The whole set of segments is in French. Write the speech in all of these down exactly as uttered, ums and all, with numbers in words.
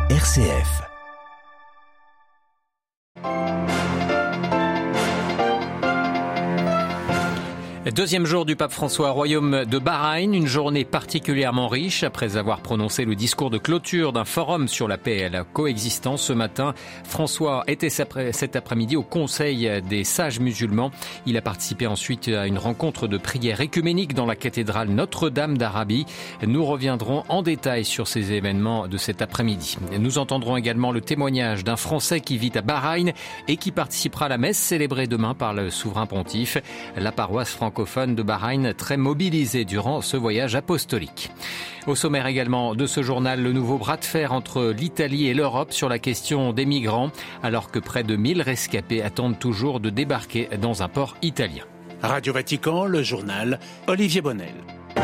R C F. Deuxième jour du pape François, royaume de Bahreïn, une journée particulièrement riche. Après avoir prononcé le discours de clôture d'un forum sur la paix et la coexistence ce matin, François était cet après-midi au Conseil des sages musulmans. Il a participé ensuite à une rencontre de prière écuménique dans la cathédrale Notre-Dame d'Arabie. Nous reviendrons en détail sur ces événements de cet après-midi. Nous entendrons également le témoignage d'un Français qui vit à Bahreïn et qui participera à la messe célébrée demain par le souverain pontife. La paroisse francophone de Bahreïn très mobilisé durant ce voyage apostolique. Au sommaire également de ce journal, le nouveau bras de fer entre l'Italie et l'Europe sur la question des migrants, alors que près de mille rescapés attendent toujours de débarquer dans un port italien. Radio Vatican, le journal Olivier Bonnel.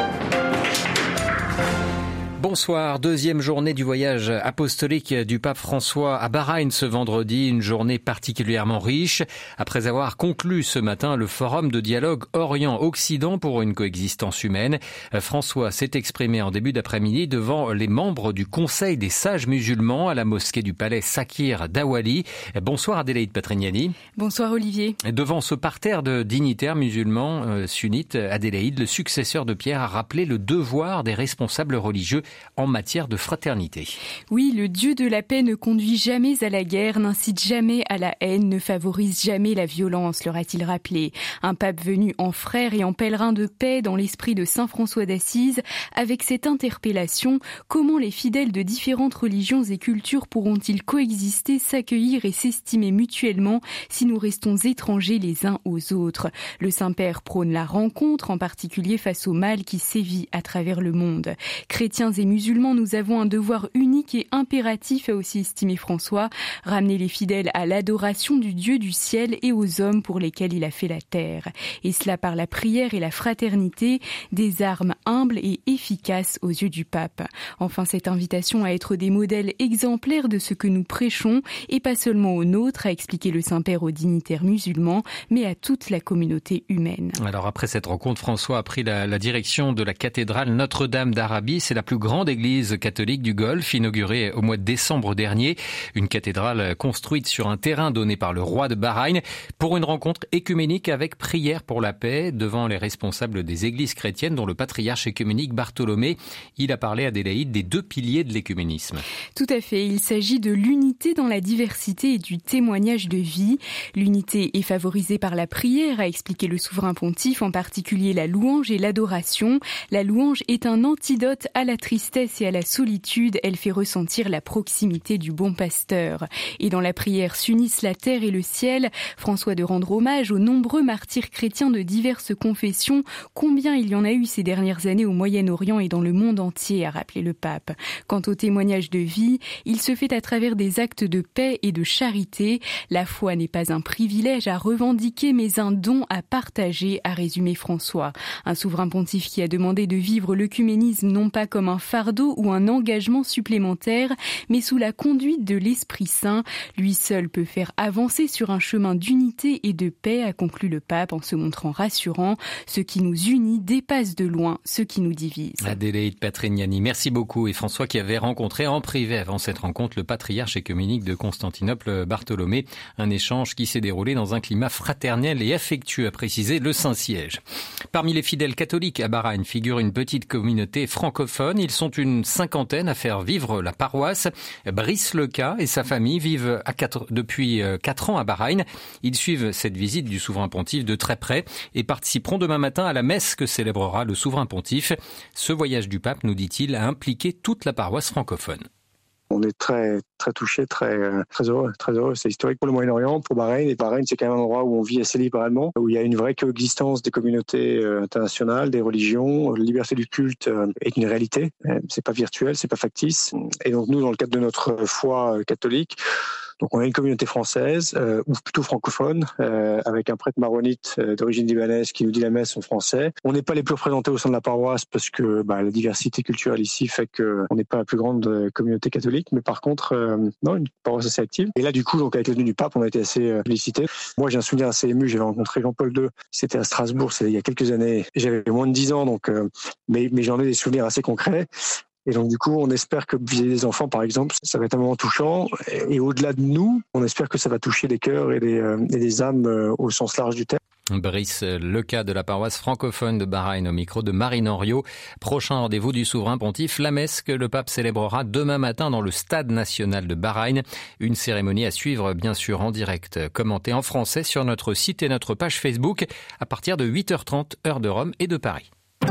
Bonsoir, deuxième journée du voyage apostolique du pape François à Bahreïn ce vendredi, une journée particulièrement riche. Après avoir conclu ce matin le forum de dialogue Orient-Occident pour une coexistence humaine, François s'est exprimé en début d'après-midi devant les membres du Conseil des sages musulmans à la mosquée du palais Sakir d'Awali. Bonsoir Adélaïde Patrignani. Bonsoir Olivier. Devant ce parterre de dignitaires musulmans euh, sunnites, Adélaïde, le successeur de Pierre, a rappelé le devoir des responsables religieux en matière de fraternité. Oui, le Dieu de la paix ne conduit jamais à la guerre, n'incite jamais à la haine, ne favorise jamais la violence, leur a-t-il rappelé. Un pape venu en frère et en pèlerin de paix dans l'esprit de saint François d'Assise, avec cette interpellation, comment les fidèles de différentes religions et cultures pourront-ils coexister, s'accueillir et s'estimer mutuellement si nous restons étrangers les uns aux autres? Le Saint-Père prône la rencontre, en particulier face au mal qui sévit à travers le monde. Chrétiens et musulmans, nous avons un devoir unique et impératif, a aussi estimé François, ramener les fidèles à l'adoration du Dieu du ciel et aux hommes pour lesquels il a fait la terre. Et cela par la prière et la fraternité, des armes humbles et efficaces aux yeux du pape. Enfin, cette invitation à être des modèles exemplaires de ce que nous prêchons, et pas seulement aux nôtres, a expliqué le Saint-Père aux dignitaires musulmans, mais à toute la communauté humaine. Alors après cette rencontre, François a pris la, la direction de la cathédrale Notre-Dame d'Arabie. C'est la plus grande église catholique du Golfe, inaugurée au mois de décembre dernier. Une cathédrale construite sur un terrain donné par le roi de Bahreïn pour une rencontre écuménique avec prière pour la paix devant les responsables des églises chrétiennes, dont le patriarche écuménique Bartholomé. Il a parlé à Adélaïde des deux piliers de l'écuménisme. Tout à fait. Il s'agit de l'unité dans la diversité et du témoignage de vie. L'unité est favorisée par la prière, a expliqué le souverain pontife, en particulier la louange et l'adoration. La louange est un antidote à la tristesse et à la solitude, elle fait ressentir la proximité du bon pasteur. Et dans la prière s'unissent la terre et le ciel. François de rendre hommage aux nombreux martyrs chrétiens de diverses confessions. Combien il y en a eu ces dernières années au Moyen-Orient et dans le monde entier, a rappelé le pape. Quant au témoignage de vie, il se fait à travers des actes de paix et de charité. La foi n'est pas un privilège à revendiquer, mais un don à partager, a résumé François. Un souverain pontife qui a demandé de vivre l'œcuménisme non pas comme un fardeau ou un engagement supplémentaire, mais sous la conduite de l'Esprit Saint. Lui seul peut faire avancer sur un chemin d'unité et de paix, a conclu le pape en se montrant rassurant. Ce qui nous unit dépasse de loin ce qui nous divise. Adélaïde Patrignani, merci beaucoup. Et François qui avait rencontré en privé avant cette rencontre le patriarche écuménique de Constantinople, Bartholomé. Un échange qui s'est déroulé dans un climat fraternel et affectueux, a précisé le Saint-Siège. Parmi les fidèles catholiques à Bahreïn figure une petite communauté francophone. Ils sont une cinquantaine à faire vivre la paroisse. Brice Leca et sa famille vivent à quatre, depuis quatre ans à Bahreïn. Ils suivent cette visite du souverain pontife de très près et participeront demain matin à la messe que célébrera le souverain pontife. Ce voyage du pape, nous dit-il, a impliqué toute la paroisse francophone. On est très très touchés, très très heureux, très heureux. C'est historique pour le Moyen-Orient, pour Bahreïn. Et Bahreïn, c'est quand même un endroit où on vit assez libéralement, où il y a une vraie coexistence des communautés internationales, des religions. La liberté du culte est une réalité. C'est pas virtuel, c'est pas factice. Et donc nous, dans le cadre de notre foi catholique, donc on a une communauté française, euh, ou plutôt francophone, euh, avec un prêtre maronite euh, d'origine libanaise qui nous dit la messe en français. On n'est pas les plus représentés au sein de la paroisse parce que bah, la diversité culturelle ici fait qu'on n'est pas la plus grande euh, communauté catholique, mais par contre, euh, non, une paroisse assez active. Et là, du coup, donc avec la venue du pape, on a été assez euh, félicités. Moi, j'ai un souvenir assez ému. J'avais rencontré Jean-Paul deux. C'était à Strasbourg, c'est il y a quelques années. J'avais moins de dix ans, donc, euh, mais, mais j'en ai des souvenirs assez concrets. Et donc du coup, on espère que vis-à-vis des enfants, par exemple, ça va être un moment touchant. Et, et au-delà de nous, on espère que ça va toucher les cœurs et les, euh, et les âmes euh, au sens large du terme. Brice Leca de la paroisse francophone de Bahreïn au micro de Marine Henriot. Prochain rendez-vous du souverain pontife, la messe que le pape célébrera demain matin dans le stade national de Bahreïn. Une cérémonie à suivre bien sûr en direct, commentée en français sur notre site et notre page Facebook à partir de huit heures trente heure de Rome et de Paris.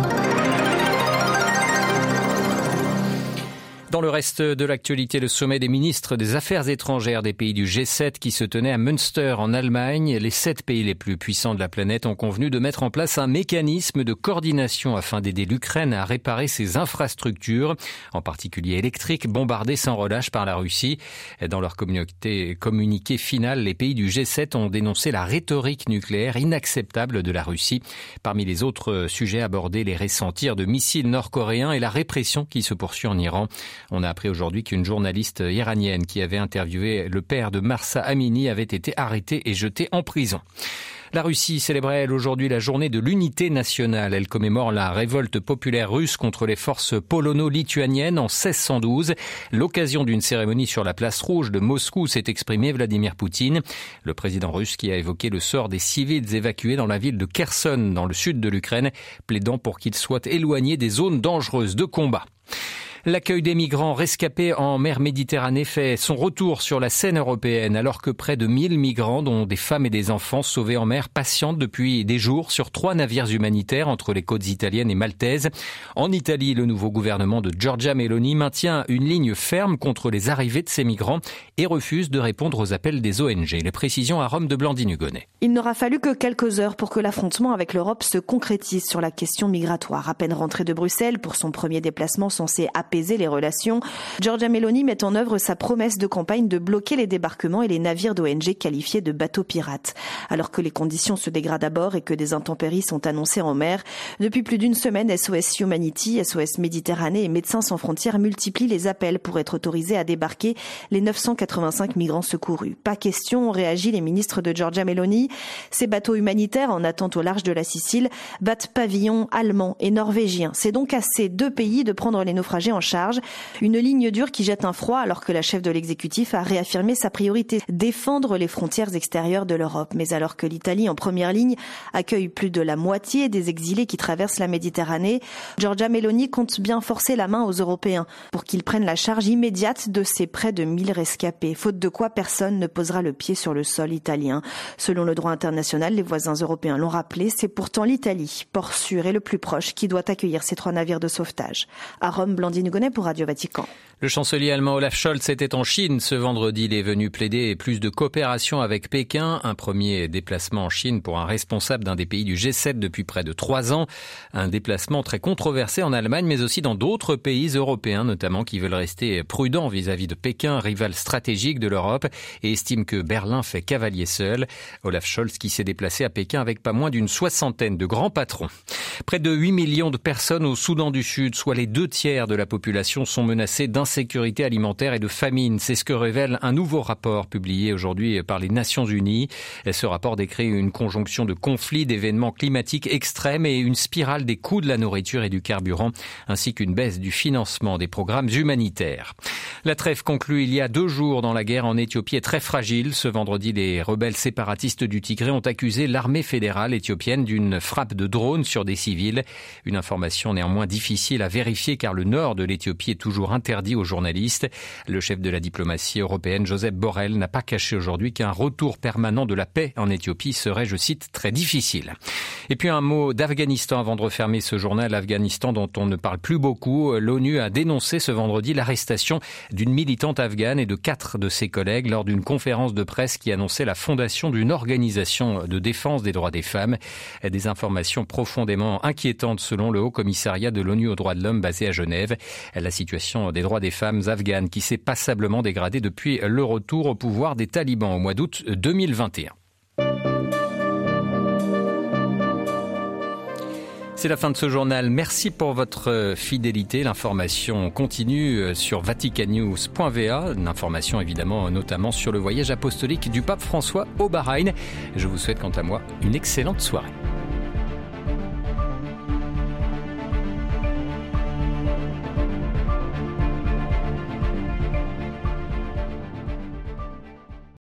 Dans le reste de l'actualité, le sommet des ministres des Affaires étrangères des pays du G sept qui se tenait à Münster en Allemagne. Les sept pays les plus puissants de la planète ont convenu de mettre en place un mécanisme de coordination afin d'aider l'Ukraine à réparer ses infrastructures, en particulier électriques, bombardées sans relâche par la Russie. Dans leur communiqué, communiqué final, les pays du G sept ont dénoncé la rhétorique nucléaire inacceptable de la Russie. Parmi les autres sujets abordés, les récents tirs de missiles nord-coréens et la répression qui se poursuit en Iran. On a appris aujourd'hui qu'une journaliste iranienne qui avait interviewé le père de Mahsa Amini avait été arrêtée et jetée en prison. La Russie célébrait elle aujourd'hui la journée de l'unité nationale. Elle commémore la révolte populaire russe contre les forces polono-lituaniennes en seize cent douze. L'occasion d'une cérémonie sur la place rouge de Moscou s'est exprimé Vladimir Poutine. Le président russe qui a évoqué le sort des civils évacués dans la ville de Kherson dans le sud de l'Ukraine, plaidant pour qu'ils soient éloignés des zones dangereuses de combat. L'accueil des migrants rescapés en mer Méditerranée fait son retour sur la scène européenne alors que près de mille migrants, dont des femmes et des enfants sauvés en mer, patientent depuis des jours sur trois navires humanitaires entre les côtes italiennes et maltaises. En Italie, le nouveau gouvernement de Giorgia Meloni maintient une ligne ferme contre les arrivées de ces migrants et refuse de répondre aux appels des O N G. Les précisions à Rome de Blandine Hugonnet. Il n'aura fallu que quelques heures pour que l'affrontement avec l'Europe se concrétise sur la question migratoire. À peine rentré de Bruxelles pour son premier déplacement censé apaiser les relations, Giorgia Meloni met en œuvre sa promesse de campagne de bloquer les débarquements et les navires d'O N G qualifiés de bateaux pirates. Alors que les conditions se dégradent à bord et que des intempéries sont annoncées en mer, depuis plus d'une semaine, S O S Humanity, S O S Méditerranée et Médecins sans frontières multiplient les appels pour être autorisés à débarquer les neuf cent quatre-vingt-cinq migrants secourus. Pas question, ont réagi les ministres de Giorgia Meloni. Ces bateaux humanitaires, en attente au large de la Sicile, battent pavillon allemand et norvégien. C'est donc à ces deux pays de prendre les naufragés en charge. Une ligne dure qui jette un froid alors que la chef de l'exécutif a réaffirmé sa priorité, défendre les frontières extérieures de l'Europe. Mais alors que l'Italie, en première ligne, accueille plus de la moitié des exilés qui traversent la Méditerranée, Giorgia Meloni compte bien forcer la main aux Européens pour qu'ils prennent la charge immédiate de ces près de mille rescapés, faute de quoi personne ne posera le pied sur le sol italien. Selon le droit international, les voisins européens l'ont rappelé, c'est pourtant l'Italie, port sûr et le plus proche, qui doit accueillir ces trois navires de sauvetage. À Rome, Blandine Hugonnet pour Radio Vatican. Le chancelier allemand Olaf Scholz était en Chine ce vendredi. Il est venu plaider plus de coopération avec Pékin. Un premier déplacement en Chine pour un responsable d'un des pays du G sept depuis près de trois ans. Un déplacement très controversé en Allemagne, mais aussi dans d'autres pays européens, notamment qui veulent rester prudents vis-à-vis de Pékin, rival stratégique de l'Europe, et estiment que Berlin fait cavalier seul. Olaf Scholz qui s'est déplacé à Pékin avec pas moins d'une soixantaine de grands patrons. Près de huit millions de personnes au Soudan du Sud, soit les deux tiers de la population, sont menacées d'insécurité alimentaire et de famine. C'est ce que révèle un nouveau rapport publié aujourd'hui par les Nations Unies. Ce rapport décrit une conjonction de conflits, d'événements climatiques extrêmes et une spirale des coûts de la nourriture et du carburant, ainsi qu'une baisse du financement des programmes humanitaires. La trêve conclue il y a deux jours dans la guerre en Éthiopie est très fragile. Ce vendredi, les rebelles séparatistes du Tigré ont accusé l'armée fédérale éthiopienne d'une frappe de drone sur des civils. Une information néanmoins difficile à vérifier car le nord de l'Éthiopie est toujours interdit aux journalistes. Le chef de la diplomatie européenne, Joseph Borrell, n'a pas caché aujourd'hui qu'un retour permanent de la paix en Éthiopie serait, je cite, très difficile. Et puis un mot d'Afghanistan avant de refermer ce journal. Afghanistan dont on ne parle plus beaucoup. L'ONU a dénoncé ce vendredi l'arrestation d'une militante afghane et de quatre de ses collègues lors d'une conférence de presse qui annonçait la fondation d'une organisation de défense des droits des femmes. Des informations profondément inquiétantes selon le Haut Commissariat de l'ONU aux droits de l'homme basé à Genève. La situation des droits des femmes afghanes qui s'est passablement dégradée depuis le retour au pouvoir des talibans au mois d'août deux mille vingt et un. C'est la fin de ce journal. Merci pour votre fidélité. L'information continue sur vaticannews point v a. L'information évidemment notamment sur le voyage apostolique du pape François au Bahreïn. Je vous souhaite quant à moi une excellente soirée.